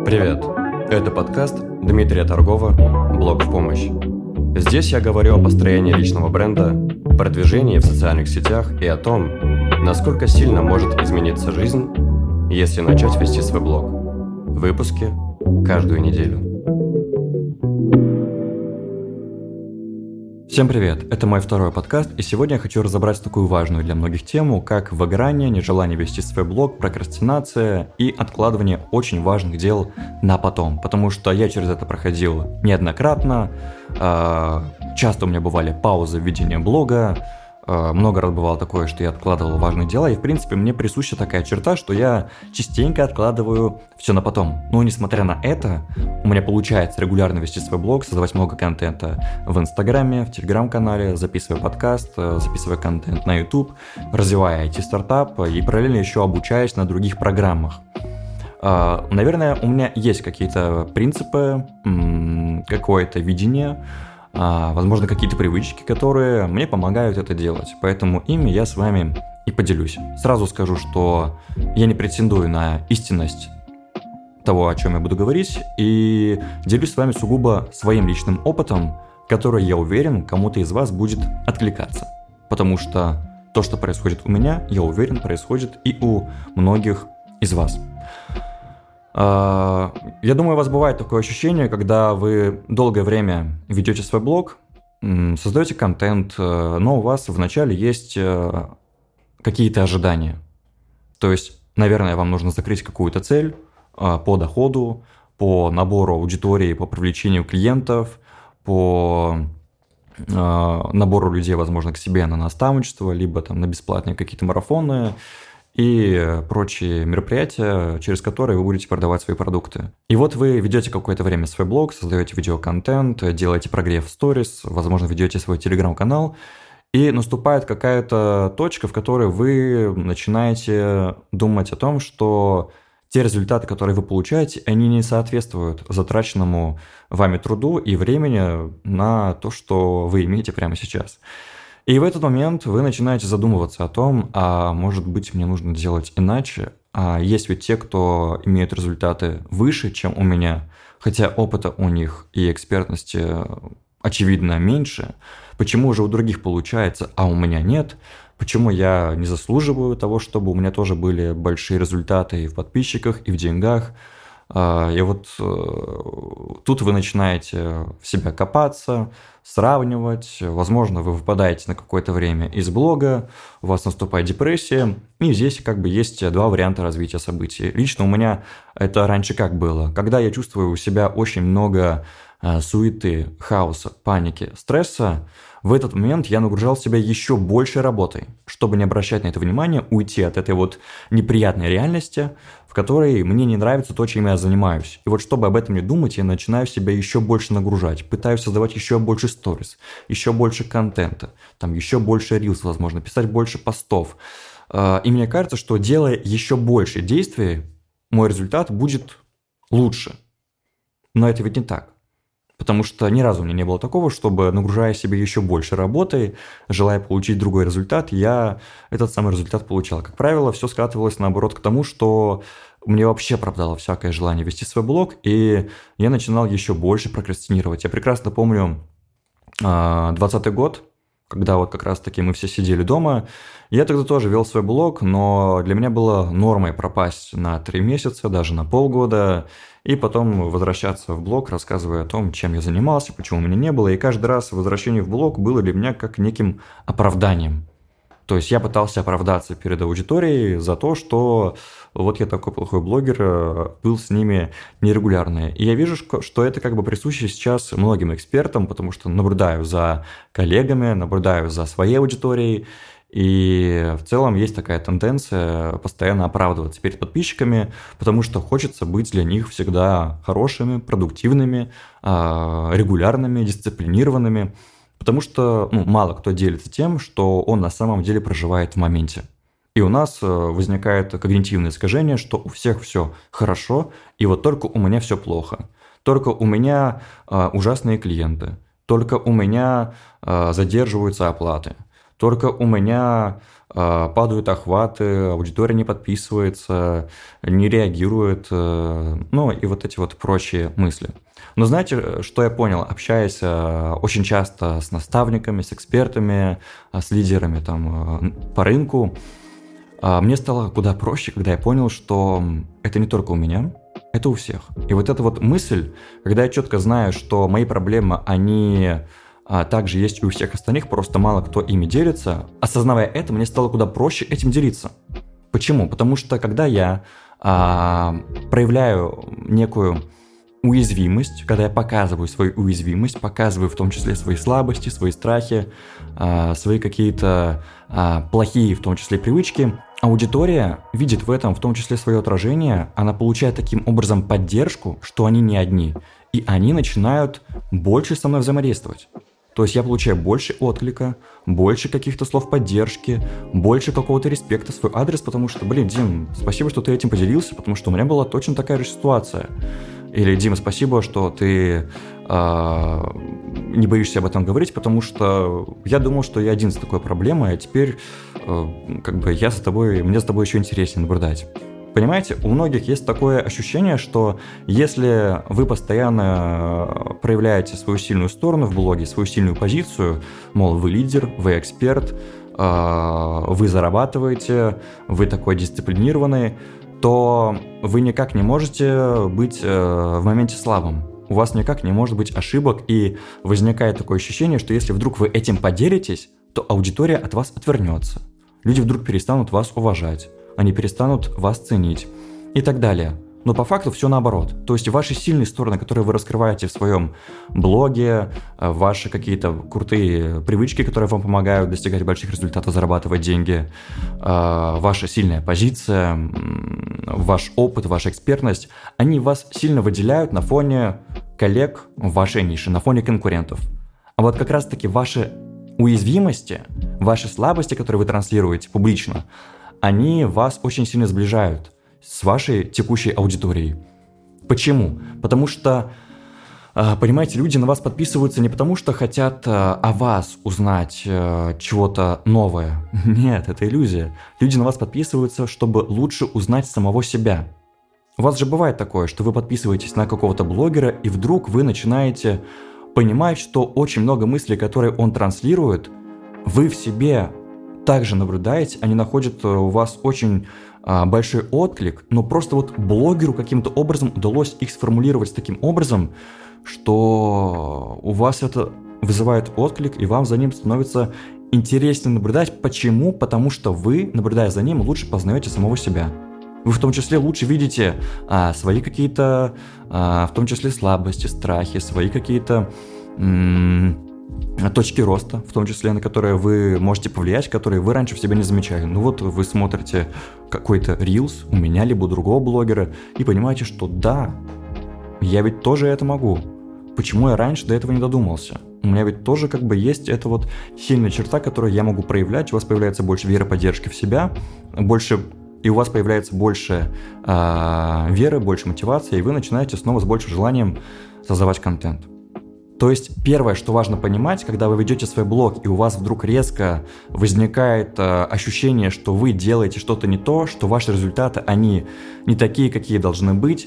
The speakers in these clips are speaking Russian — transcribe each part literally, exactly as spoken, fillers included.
Привет! Это подкаст Дмитрия Торгова «Блог в помощь». Здесь я говорю о построении личного бренда, продвижении в социальных сетях и о том, насколько сильно может измениться жизнь, если начать вести свой блог. Выпуски каждую неделю. Всем привет! Это мой второй подкаст, и сегодня я хочу разобрать такую важную для многих тему, как выгорание, нежелание вести свой блог, прокрастинация и откладывание очень важных дел на потом. Потому что я через это проходил неоднократно, часто у меня бывали паузы в ведении блога, много раз бывало такое, что я откладывал важные дела, и в принципе мне присуща такая черта, что я частенько откладываю все на потом. Но несмотря на это, у меня получается регулярно вести свой блог, создавать много контента в Инстаграме, в Телеграм-канале, записывая подкаст, записывая контент на YouTube, развивая ай ти-стартап и параллельно еще обучаясь на других программах. Наверное, у меня есть какие-то принципы, какое-то видение, возможно, какие-то привычки, которые мне помогают это делать. Поэтому ими я с вами и поделюсь. Сразу скажу, что я не претендую на истинность того, о чем я буду говорить, и делюсь с вами сугубо своим личным опытом, который, я уверен, кому-то из вас будет откликаться. Потому что то, что происходит у меня, я уверен, происходит и у многих из вас. Я думаю, у вас бывает такое ощущение, когда вы долгое время ведете свой блог, создаете контент, но у вас вначале есть какие-то ожидания. То есть, наверное, вам нужно закрыть какую-то цель по доходу, по набору аудитории, по привлечению клиентов, по набору людей, возможно, к себе на наставничество, либо там на бесплатные какие-то марафоны и прочие мероприятия, через которые вы будете продавать свои продукты. И вот вы ведете какое-то время свой блог, создаете видеоконтент, делаете прогрев в сторис, возможно, ведете свой телеграм-канал, и наступает какая-то точка, в которой вы начинаете думать о том, что те результаты, которые вы получаете, они не соответствуют затраченному вами труду и времени на то, что вы имеете прямо сейчас. И в этот момент вы начинаете задумываться о том, а может быть, мне нужно делать иначе. А есть ведь те, кто имеют результаты выше, чем у меня, хотя опыта у них и экспертности, очевидно, меньше. Почему же у других получается, а у меня нет? Почему я не заслуживаю того, чтобы у меня тоже были большие результаты и в подписчиках, и в деньгах? И вот тут вы начинаете в себя копаться, сравнивать, возможно, вы выпадаете на какое-то время из блога, у вас наступает депрессия, и здесь как бы есть два варианта развития событий. Лично у меня это раньше как было? Когда я чувствую у себя очень много суеты, хаоса, паники, стресса, в этот момент я нагружал себя еще большей работой, чтобы не обращать на это внимание, уйти от этой вот неприятной реальности, в которой мне не нравится то, чем я занимаюсь. И вот чтобы об этом не думать, я начинаю себя еще больше нагружать, пытаюсь создавать еще больше сторис, еще больше контента, там еще больше рилс, возможно, писать больше постов. И мне кажется, что делая еще больше действий, мой результат будет лучше. Но это ведь не так. Потому что ни разу у меня не было такого, чтобы, нагружая себе еще больше работой, желая получить другой результат, я этот самый результат получал. Как правило, все скатывалось наоборот к тому, что мне вообще пропадало всякое желание вести свой блог, и я начинал еще больше прокрастинировать. Я прекрасно помню двадцатый год, когда вот как раз-таки мы все сидели дома. Я тогда тоже вел свой блог, но для меня было нормой пропасть на три месяца, даже на полгода, и потом возвращаться в блог, рассказывая о том, чем я занимался, почему у меня не было. И каждый раз возвращение в блог было для меня как неким оправданием. То есть я пытался оправдаться перед аудиторией за то, что вот я такой плохой блогер, был с ними нерегулярно. И я вижу, что это как бы присуще сейчас многим экспертам, потому что наблюдаю за коллегами, наблюдаю за своей аудиторией. И в целом есть такая тенденция постоянно оправдываться перед подписчиками, потому что хочется быть для них всегда хорошими, продуктивными, регулярными, дисциплинированными. Потому что ну, мало кто делится тем, что он на самом деле проживает в моменте. И у нас возникает когнитивное искажение, что у всех все хорошо, и вот только у меня все плохо. Только у меня ужасные клиенты, только у меня задерживаются оплаты. только у меня э, падают охваты, аудитория не подписывается, не реагирует, э, ну и вот эти вот прочие мысли. Но знаете, что я понял, общаясь э, очень часто с наставниками, с экспертами, э, с лидерами там, э, по рынку, э, мне стало куда проще, когда я понял, что это не только у меня, это у всех. И вот эта вот мысль, когда я четко знаю, что мои проблемы, они а, также есть и у всех остальных, просто мало кто ими делится, осознавая это, мне стало куда проще этим делиться. Почему? Потому что когда я а, проявляю некую уязвимость, когда я показываю свою уязвимость, показываю в том числе свои слабости, свои страхи, а, свои какие-то а, плохие, в том числе, привычки, аудитория видит в этом в том числе свое отражение, она получает таким образом поддержку, что они не одни, и они начинают больше со мной взаимодействовать. То есть я получаю больше отклика, больше каких-то слов поддержки, больше какого-то респекта в свой адрес, потому что, блин, Дим, спасибо, что ты этим поделился, потому что у меня была точно такая же ситуация. Или, Дима, спасибо, что ты э, не боишься об этом говорить, потому что я думал, что я один с такой проблемой, а теперь э, как бы я с тобой, мне с тобой еще интереснее наблюдать. Понимаете, у многих есть такое ощущение, что если вы постоянно проявляете свою сильную сторону в блоге, свою сильную позицию, мол, вы лидер, вы эксперт, э, вы зарабатываете, вы такой дисциплинированный, то вы никак не можете быть э, в моменте слабым. У вас никак не может быть ошибок, и возникает такое ощущение, что если вдруг вы этим поделитесь, то аудитория от вас отвернется. Люди вдруг перестанут вас уважать, они перестанут вас ценить и так далее. Но по факту все наоборот. То есть ваши сильные стороны, которые вы раскрываете в своем блоге, ваши какие-то крутые привычки, которые вам помогают достигать больших результатов, зарабатывать деньги, ваша сильная позиция, ваш опыт, ваша экспертность, они вас сильно выделяют на фоне коллег в вашей нише, на фоне конкурентов. А вот как раз-таки ваши уязвимости, ваши слабости, которые вы транслируете публично, они вас очень сильно сближают с вашей текущей аудиторией. Почему? Потому что, понимаете, люди на вас подписываются не потому, что хотят о вас узнать чего-то новое. Нет, это иллюзия. Люди на вас подписываются, чтобы лучше узнать самого себя. У вас же бывает такое, что вы подписываетесь на какого-то блогера, и вдруг вы начинаете понимать, что очень много мыслей, которые он транслирует, вы в себе также наблюдаете, они находят у вас очень а, большой отклик, но просто вот блогеру каким-то образом удалось их сформулировать таким образом, что у вас это вызывает отклик, и вам за ним становится интереснее наблюдать. Почему? Потому что вы, наблюдая за ним, лучше познаете самого себя. Вы в том числе лучше видите а, свои какие-то, а, в том числе слабости, страхи, свои какие-то м- точки роста, в том числе на которые вы можете повлиять, которые вы раньше в себе не замечали. Ну вот вы смотрите какой-то рилс у меня, либо у другого блогера, и понимаете, что да, я ведь тоже это могу. Почему я раньше до этого не додумался? У меня ведь тоже как бы есть эта вот сильная черта, которую я могу проявлять, у вас появляется больше веры, поддержки в себя, больше... И у вас появляется больше э, веры, больше мотивации, и вы начинаете снова с большим желанием создавать контент. То есть первое, что важно понимать, когда вы ведете свой блог, и у вас вдруг резко возникает э, ощущение, что вы делаете что-то не то, что ваши результаты, они не такие, какие должны быть,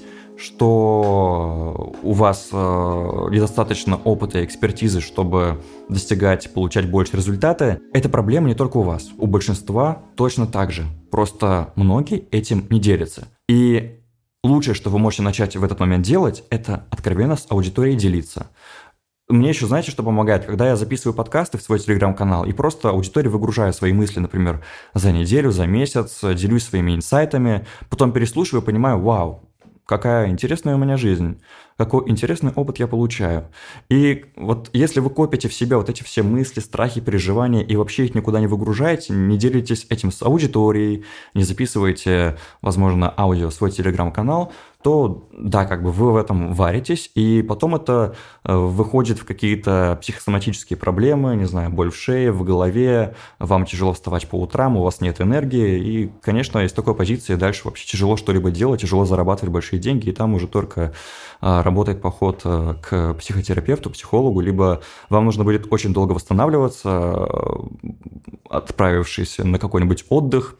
что у вас э, недостаточно опыта и экспертизы, чтобы достигать, получать больше результата, эта проблема не только у вас, у большинства точно так же. Просто многие этим не делятся. И лучшее, что вы можете начать в этот момент делать, это откровенно с аудиторией делиться. Мне еще, знаете, что помогает? Когда я записываю подкасты в свой телеграм-канал и просто аудитории выгружаю свои мысли, например, за неделю, за месяц, делюсь своими инсайтами, потом переслушиваю и понимаю, вау, какая интересная у меня жизнь, какой интересный опыт я получаю. И вот если вы копите в себя вот эти все мысли, страхи, переживания и вообще их никуда не выгружаете, не делитесь этим с аудиторией, не записываете, возможно, аудио в свой телеграм-канал, то да, как бы вы в этом варитесь, и потом это выходит в какие-то психосоматические проблемы, не знаю, боль в шее, в голове, вам тяжело вставать по утрам, у вас нет энергии, и, конечно, из такой позиции дальше вообще тяжело что-либо делать, тяжело зарабатывать большие деньги, и там уже только работает поход к психотерапевту, психологу, либо вам нужно будет очень долго восстанавливаться, отправившись на какой-нибудь отдых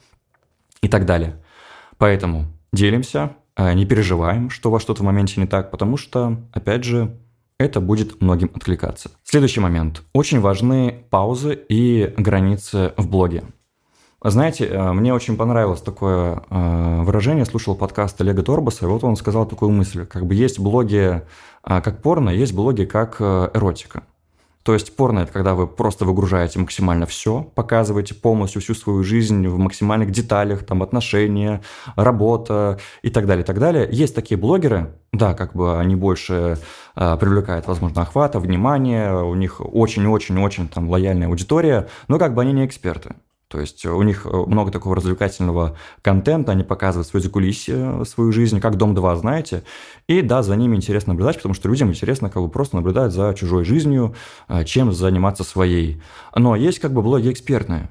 и так далее. Поэтому делимся, не переживаем, что у вас что-то в моменте не так, потому что, опять же, это будет многим откликаться. Следующий момент. Очень важны паузы и границы в блоге. Знаете, мне очень понравилось такое выражение, слушал подкаст Олега Торбаса, и вот он сказал такую мысль, как бы есть блоги как порно, есть блоги как эротика. То есть порно – это когда вы просто выгружаете максимально все, показываете полностью всю свою жизнь в максимальных деталях, там отношения, работа и так далее, и так далее. Есть такие блогеры, да, как бы они больше э, привлекают, возможно, охвата, внимания, у них очень-очень-очень там лояльная аудитория, но как бы они не эксперты. То есть у них много такого развлекательного контента, они показывают свою закулисье, свою жизнь, как «Дом-два», знаете. И да, за ними интересно наблюдать, потому что людям интересно как бы просто наблюдать за чужой жизнью, чем заниматься своей. Но есть как бы блоги экспертные.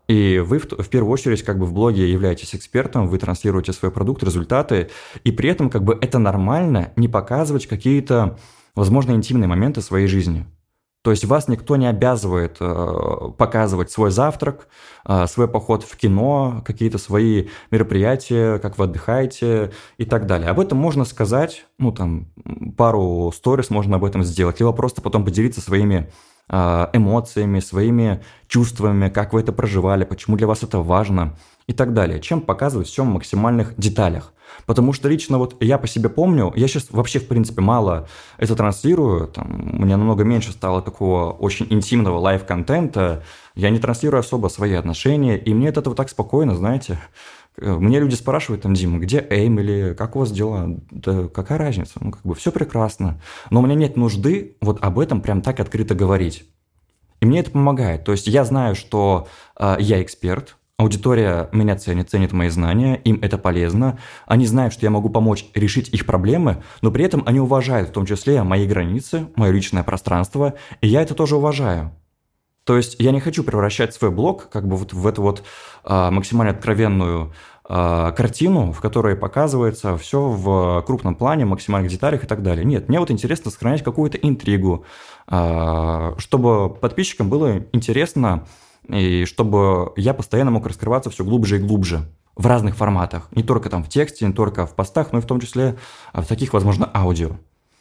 И вы в, в первую очередь как бы в блоге являетесь экспертом, вы транслируете свой продукт, результаты, и при этом как бы это нормально не показывать какие-то, возможно, интимные моменты своей жизни. То есть вас никто не обязывает э, показывать свой завтрак, э, свой поход в кино, какие-то свои мероприятия, как вы отдыхаете и так далее. Об этом можно сказать, ну там пару сторис можно об этом сделать, либо просто потом поделиться своими э, эмоциями, своими чувствами, как вы это проживали, почему для вас это важно и так далее. Чем показывать все в максимальных деталях. Потому что лично вот я по себе помню, я сейчас вообще, в принципе, мало это транслирую, там, у меня намного меньше стало такого очень интимного лайв-контента, я не транслирую особо свои отношения, и мне от этого так спокойно, знаете. Мне люди спрашивают, там, Дима, где Эйм, или как у вас дела? Да какая разница? Ну, как бы все прекрасно. Но у меня нет нужды вот об этом прям так открыто говорить. И мне это помогает. То есть я знаю, что э, я эксперт, аудитория меня ценит, ценит мои знания, им это полезно. Они знают, что я могу помочь решить их проблемы, но при этом они уважают в том числе мои границы, мое личное пространство, и я это тоже уважаю. То есть я не хочу превращать свой блог как бы вот в эту вот а, максимально откровенную а, картину, в которой показывается все в крупном плане, максимальных деталях и так далее. Нет, мне вот интересно сохранять какую-то интригу, а, чтобы подписчикам было интересно, и чтобы я постоянно мог раскрываться все глубже и глубже в разных форматах. Не только там в тексте, не только в постах, но и в том числе в таких, возможно, аудио.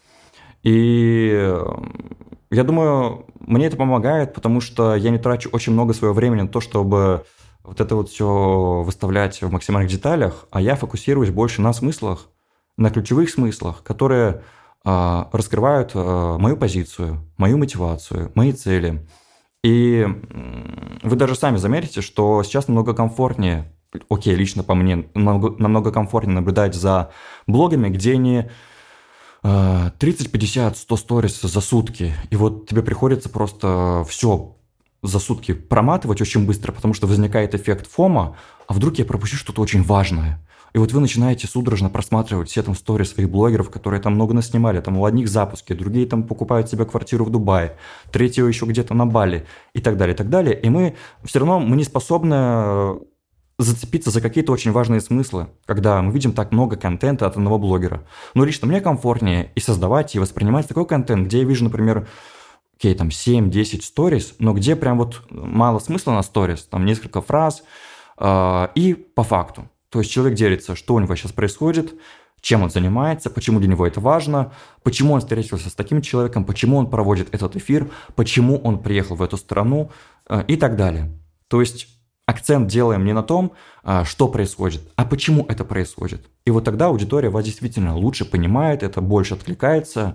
И я думаю, мне это помогает, потому что я не трачу очень много своего времени на то, чтобы вот это вот все выставлять в максимальных деталях, а я фокусируюсь больше на смыслах, на ключевых смыслах, которые э, раскрывают э, мою позицию, мою мотивацию, мои цели. И вы даже сами заметите, что сейчас намного комфортнее, окей, лично по мне, намного, намного комфортнее наблюдать за блогами, где они тридцать, пятьдесят, сто сторис за сутки, и вот тебе приходится просто все за сутки проматывать очень быстро, потому что возникает эффект фома, а вдруг я пропущу что-то очень важное. И вот вы начинаете судорожно просматривать все там сторис своих блогеров, которые там много наснимали, там у одних запуски, другие там покупают себе квартиру в Дубае, третьи еще где-то на Бали и так далее, и так далее. И мы все равно мы не способны зацепиться за какие-то очень важные смыслы, когда мы видим так много контента от одного блогера. Но лично мне комфортнее и создавать, и воспринимать такой контент, где я вижу, например, окей, там семь-десять сторис, но где прям вот мало смысла на сторис, там несколько фраз э, и по факту. То есть человек делится, что у него сейчас происходит, чем он занимается, почему для него это важно, почему он встретился с таким человеком, почему он проводит этот эфир, почему он приехал в эту страну э, и так далее. То есть акцент делаем не на том, что происходит, а почему это происходит. И вот тогда аудитория вас действительно лучше понимает, это больше откликается,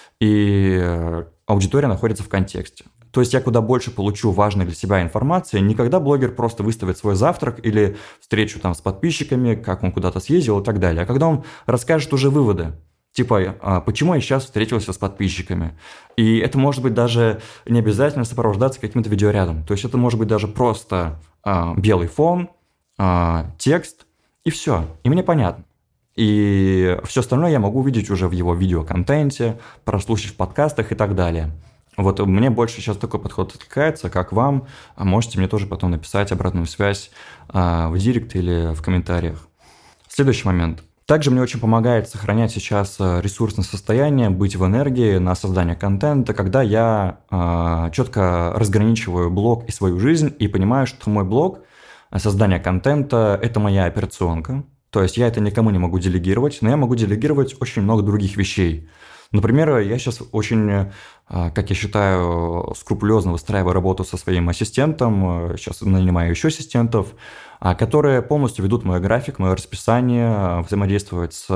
и аудитория находится в контексте. То есть я куда больше получу важной для себя информации, не когда блогер просто выставит свой завтрак или встречу там с подписчиками, как он куда-то съездил и так далее, а когда он расскажет уже выводы. Типа, почему я сейчас встретился с подписчиками. И это может быть даже не обязательно сопровождаться каким-то видеорядом. То есть это может быть даже просто а, белый фон, а, текст, и все. И мне понятно. И все остальное я могу увидеть уже в его видеоконтенте, прослушать в подкастах и так далее. Вот мне больше сейчас такой подход откликается, как вам. Можете мне тоже потом написать обратную связь а, в директ или в комментариях. Следующий момент. Также мне очень помогает сохранять сейчас э, ресурсное состояние, быть в энергии на создание контента, когда я э, четко разграничиваю блог и свою жизнь и понимаю, что мой блог, э, создание контента– это моя операционка. То есть я это никому не могу делегировать, но я могу делегировать очень много других вещей. Например, я сейчас очень, э, как я считаю, скрупулезно выстраиваю работу со своим ассистентом, э, сейчас нанимаю еще ассистентов, а, которые полностью ведут мой график, мое расписание, взаимодействуют с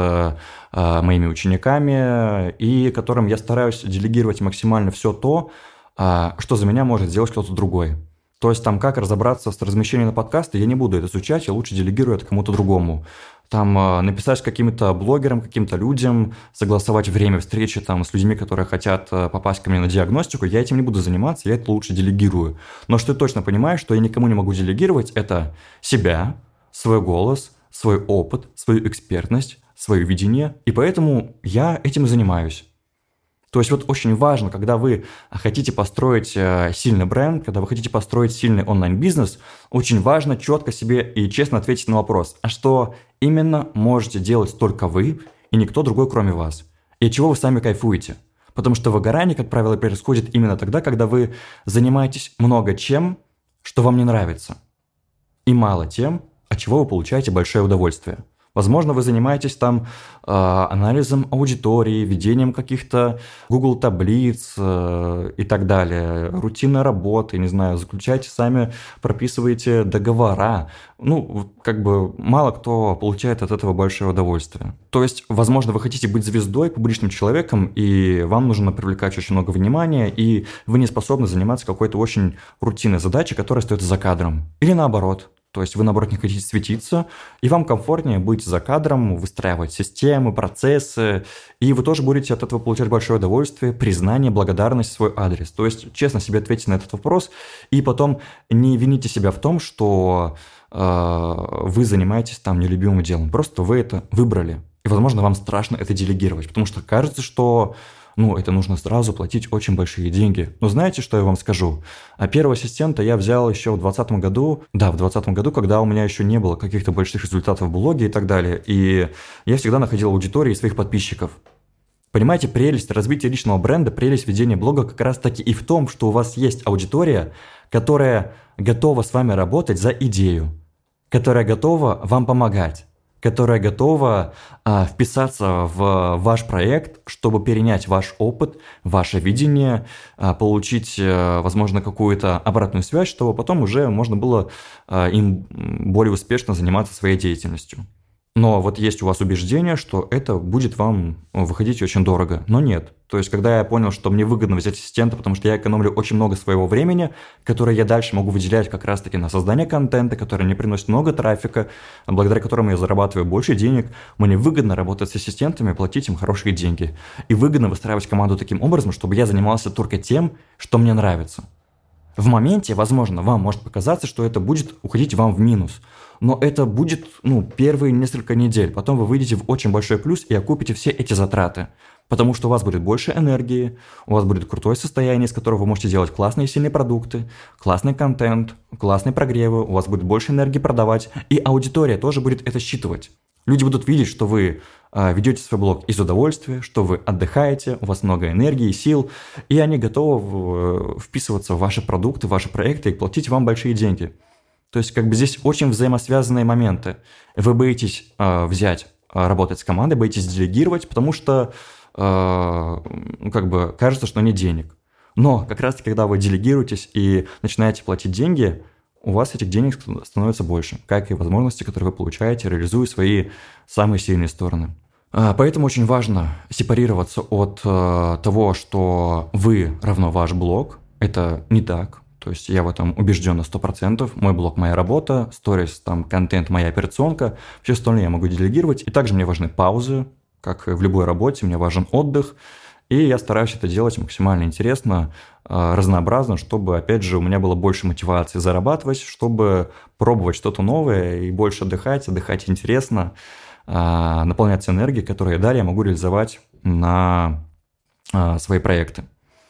а, моими учениками, и которым я стараюсь делегировать максимально все то, а, что за меня может сделать кто-то другой. То есть там как разобраться с размещением на подкасты, я не буду это изучать, я лучше делегирую это кому-то другому. Там а, написать с каким-то блогером, каким-то людям, согласовать время встречи там, с людьми, которые хотят а, попасть ко мне на диагностику, я этим не буду заниматься, я это лучше делегирую. Но что ты точно понимаешь, что я никому не могу делегировать, это себя, свой голос, свой опыт, свою экспертность, свое видение, и поэтому я этим и занимаюсь. То есть вот очень важно, когда вы хотите построить сильный бренд, когда вы хотите построить сильный онлайн-бизнес, очень важно четко себе и честно ответить на вопрос, а что именно можете делать только вы и никто другой, кроме вас? И от чего вы сами кайфуете? Потому что выгорание, как правило, происходит именно тогда, когда вы занимаетесь много чем, что вам не нравится, и мало тем, от чего вы получаете большое удовольствие. Возможно, вы занимаетесь там э, анализом аудитории, ведением каких-то Google таблиц э, и так далее, рутинной работы, не знаю, заключаете сами, прописываете договора. Ну, как бы мало кто получает от этого большое удовольствие. То есть, возможно, вы хотите быть звездой, публичным человеком, и вам нужно привлекать очень много внимания, и вы не способны заниматься какой-то очень рутинной задачей, которая стоит за кадром. Или наоборот. То есть вы, наоборот, не хотите светиться, и вам комфортнее быть за кадром, выстраивать системы, процессы, и вы тоже будете от этого получать большое удовольствие, признание, благодарность в свой адрес. То есть честно себе ответьте на этот вопрос, и потом не вините себя в том, что э, вы занимаетесь там нелюбимым делом. Просто вы это выбрали, и, возможно, вам страшно это делегировать, потому что кажется, что... Ну, это нужно сразу платить очень большие деньги. Но знаете, что я вам скажу? А первого ассистента я взял еще в двадцатом году, да, в двадцатом году, когда у меня еще не было каких-то больших результатов в блоге и так далее. И я всегда находил аудитории своих подписчиков. Понимаете, прелесть развития личного бренда, прелесть ведения блога как раз-таки и в том, что у вас есть аудитория, которая готова с вами работать за идею, которая готова вам помогать, которая готова а, вписаться в ваш проект, чтобы перенять ваш опыт, ваше видение, а, получить, а, возможно, какую-то обратную связь, чтобы потом уже можно было а, им более успешно заниматься своей деятельностью. Но вот есть у вас убеждение, что это будет вам выходить очень дорого. Но нет. То есть, когда я понял, что мне выгодно взять ассистента, потому что я экономлю очень много своего времени, которое я дальше могу выделять как раз-таки на создание контента, который мне приносит много трафика, благодаря которому я зарабатываю больше денег, мне выгодно работать с ассистентами, платить им хорошие деньги. И выгодно выстраивать команду таким образом, чтобы я занимался только тем, что мне нравится. В моменте, возможно, вам может показаться, что это будет уходить вам в минус. Но это будет, ну, первые несколько недель. Потом вы выйдете в очень большой плюс и окупите все эти затраты. Потому что у вас будет больше энергии, у вас будет крутое состояние, из которого вы можете делать классные и сильные продукты, классный контент, классные прогревы, у вас будет больше энергии продавать, и аудитория тоже будет это считывать. Люди будут видеть, что вы э, ведете свой блог из удовольствия, что вы отдыхаете, у вас много энергии, сил, и они готовы в, вписываться в ваши продукты, в ваши проекты и платить вам большие деньги. То есть как бы здесь очень взаимосвязанные моменты. Вы боитесь э, взять, э, работать с командой, боитесь делегировать, потому что э, ну, как бы кажется, что нет денег. Но как раз таки, когда вы делегируетесь и начинаете платить деньги, у вас этих денег становится больше, как и возможности, которые вы получаете, реализуя свои самые сильные стороны. Э, поэтому очень важно сепарироваться от э, того, что вы равно ваш блог. Это не так. То есть я в этом убежден на сто процентов. Мой блог – моя работа, сторис, там, контент – моя операционка. Все остальное я могу делегировать. И также мне важны паузы, как и в любой работе, мне важен отдых. И я стараюсь это делать максимально интересно, разнообразно, чтобы, опять же, у меня было больше мотивации зарабатывать, чтобы пробовать что-то новое и больше отдыхать, отдыхать интересно, наполняться энергией, которую я далее могу реализовать на свои проекты.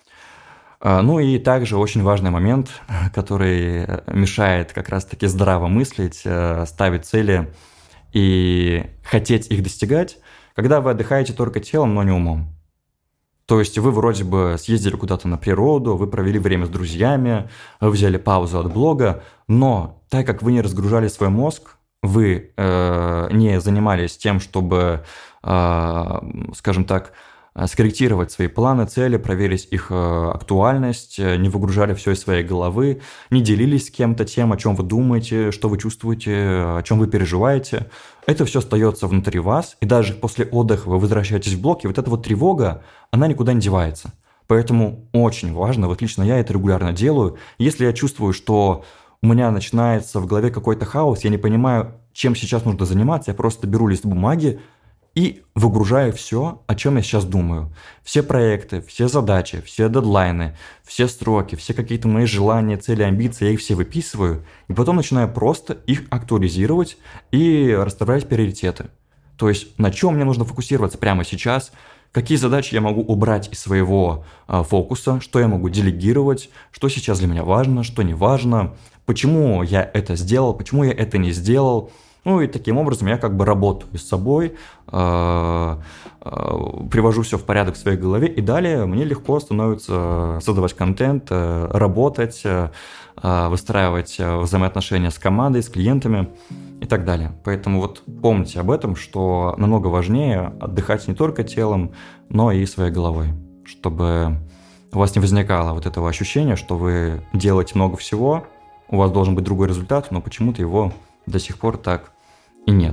Ну и также очень важный момент, который мешает как раз-таки здраво мыслить, ставить цели и хотеть их достигать, когда вы отдыхаете только телом, но не умом. То есть вы вроде бы съездили куда-то на природу, вы провели время с друзьями, вы взяли паузу от блога, но так как вы не разгружали свой мозг, вы э, не занимались тем, чтобы, э, скажем так, скорректировать свои планы, цели, проверить их актуальность, не выгружали все из своей головы, не делились с кем-то тем, о чем вы думаете, что вы чувствуете, о чем вы переживаете. Это все остается внутри вас, и даже после отдыха вы возвращаетесь в блог, и вот эта вот тревога, она никуда не девается. Поэтому очень важно, вот лично я это регулярно делаю, если я чувствую, что у меня начинается в голове какой-то хаос, я не понимаю, чем сейчас нужно заниматься, я просто беру лист бумаги, и выгружаю все, о чем я сейчас думаю. Все проекты, все задачи, все дедлайны, все сроки, все какие-то мои желания, цели, амбиции, я их все выписываю, и потом начинаю просто их актуализировать и расставлять приоритеты. То есть на чем мне нужно фокусироваться прямо сейчас, какие задачи я могу убрать из своего э, фокуса, что я могу делегировать, что сейчас для меня важно, что не важно, почему я это сделал, почему я это не сделал. Ну и таким образом я как бы работаю с собой, э, э, привожу все в порядок в своей голове, и далее мне легко становится создавать контент, э, работать, э, выстраивать взаимоотношения с командой, с клиентами и так далее. Поэтому вот помните об этом, что намного важнее отдыхать не только телом, но и своей головой, чтобы у вас не возникало вот этого ощущения, что вы делаете много всего, у вас должен быть другой результат, но почему-то его до сих пор так и нет.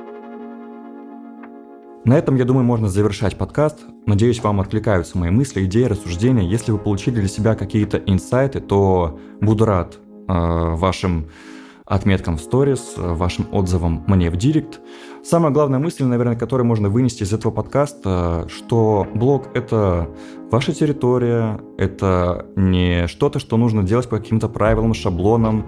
На этом, я думаю, можно завершать подкаст. Надеюсь, вам откликаются мои мысли, идеи, рассуждения. Если вы получили для себя какие-то инсайты, то буду рад э, вашим отметкам в сторис, вашим отзывам мне в директ. Самая главная мысль, наверное, которую можно вынести из этого подкаста, что блог – это ваша территория, это не что-то, что нужно делать по каким-то правилам, шаблонам,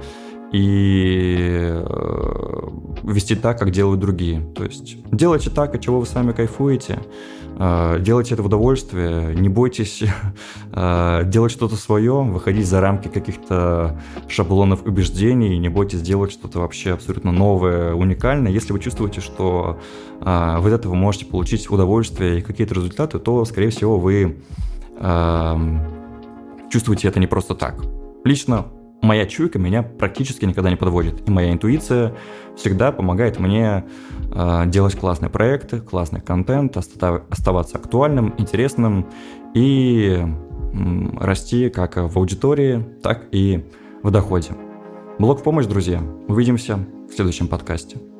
и вести так, как делают другие. То есть делайте так, от чего вы сами кайфуете, делайте это в удовольствие, не бойтесь делать что-то свое, выходить за рамки каких-то шаблонов убеждений, не бойтесь делать что-то вообще абсолютно новое, уникальное. Если вы чувствуете, что вы от этого можете получить удовольствие и какие-то результаты, то, скорее всего, вы чувствуете это не просто так. Лично моя чуйка меня практически никогда не подводит, и моя интуиция всегда помогает мне э, делать классные проекты, классный контент, остав- оставаться актуальным, интересным и м, расти как в аудитории, так и в доходе. Блог в помощь, друзья. Увидимся в следующем подкасте.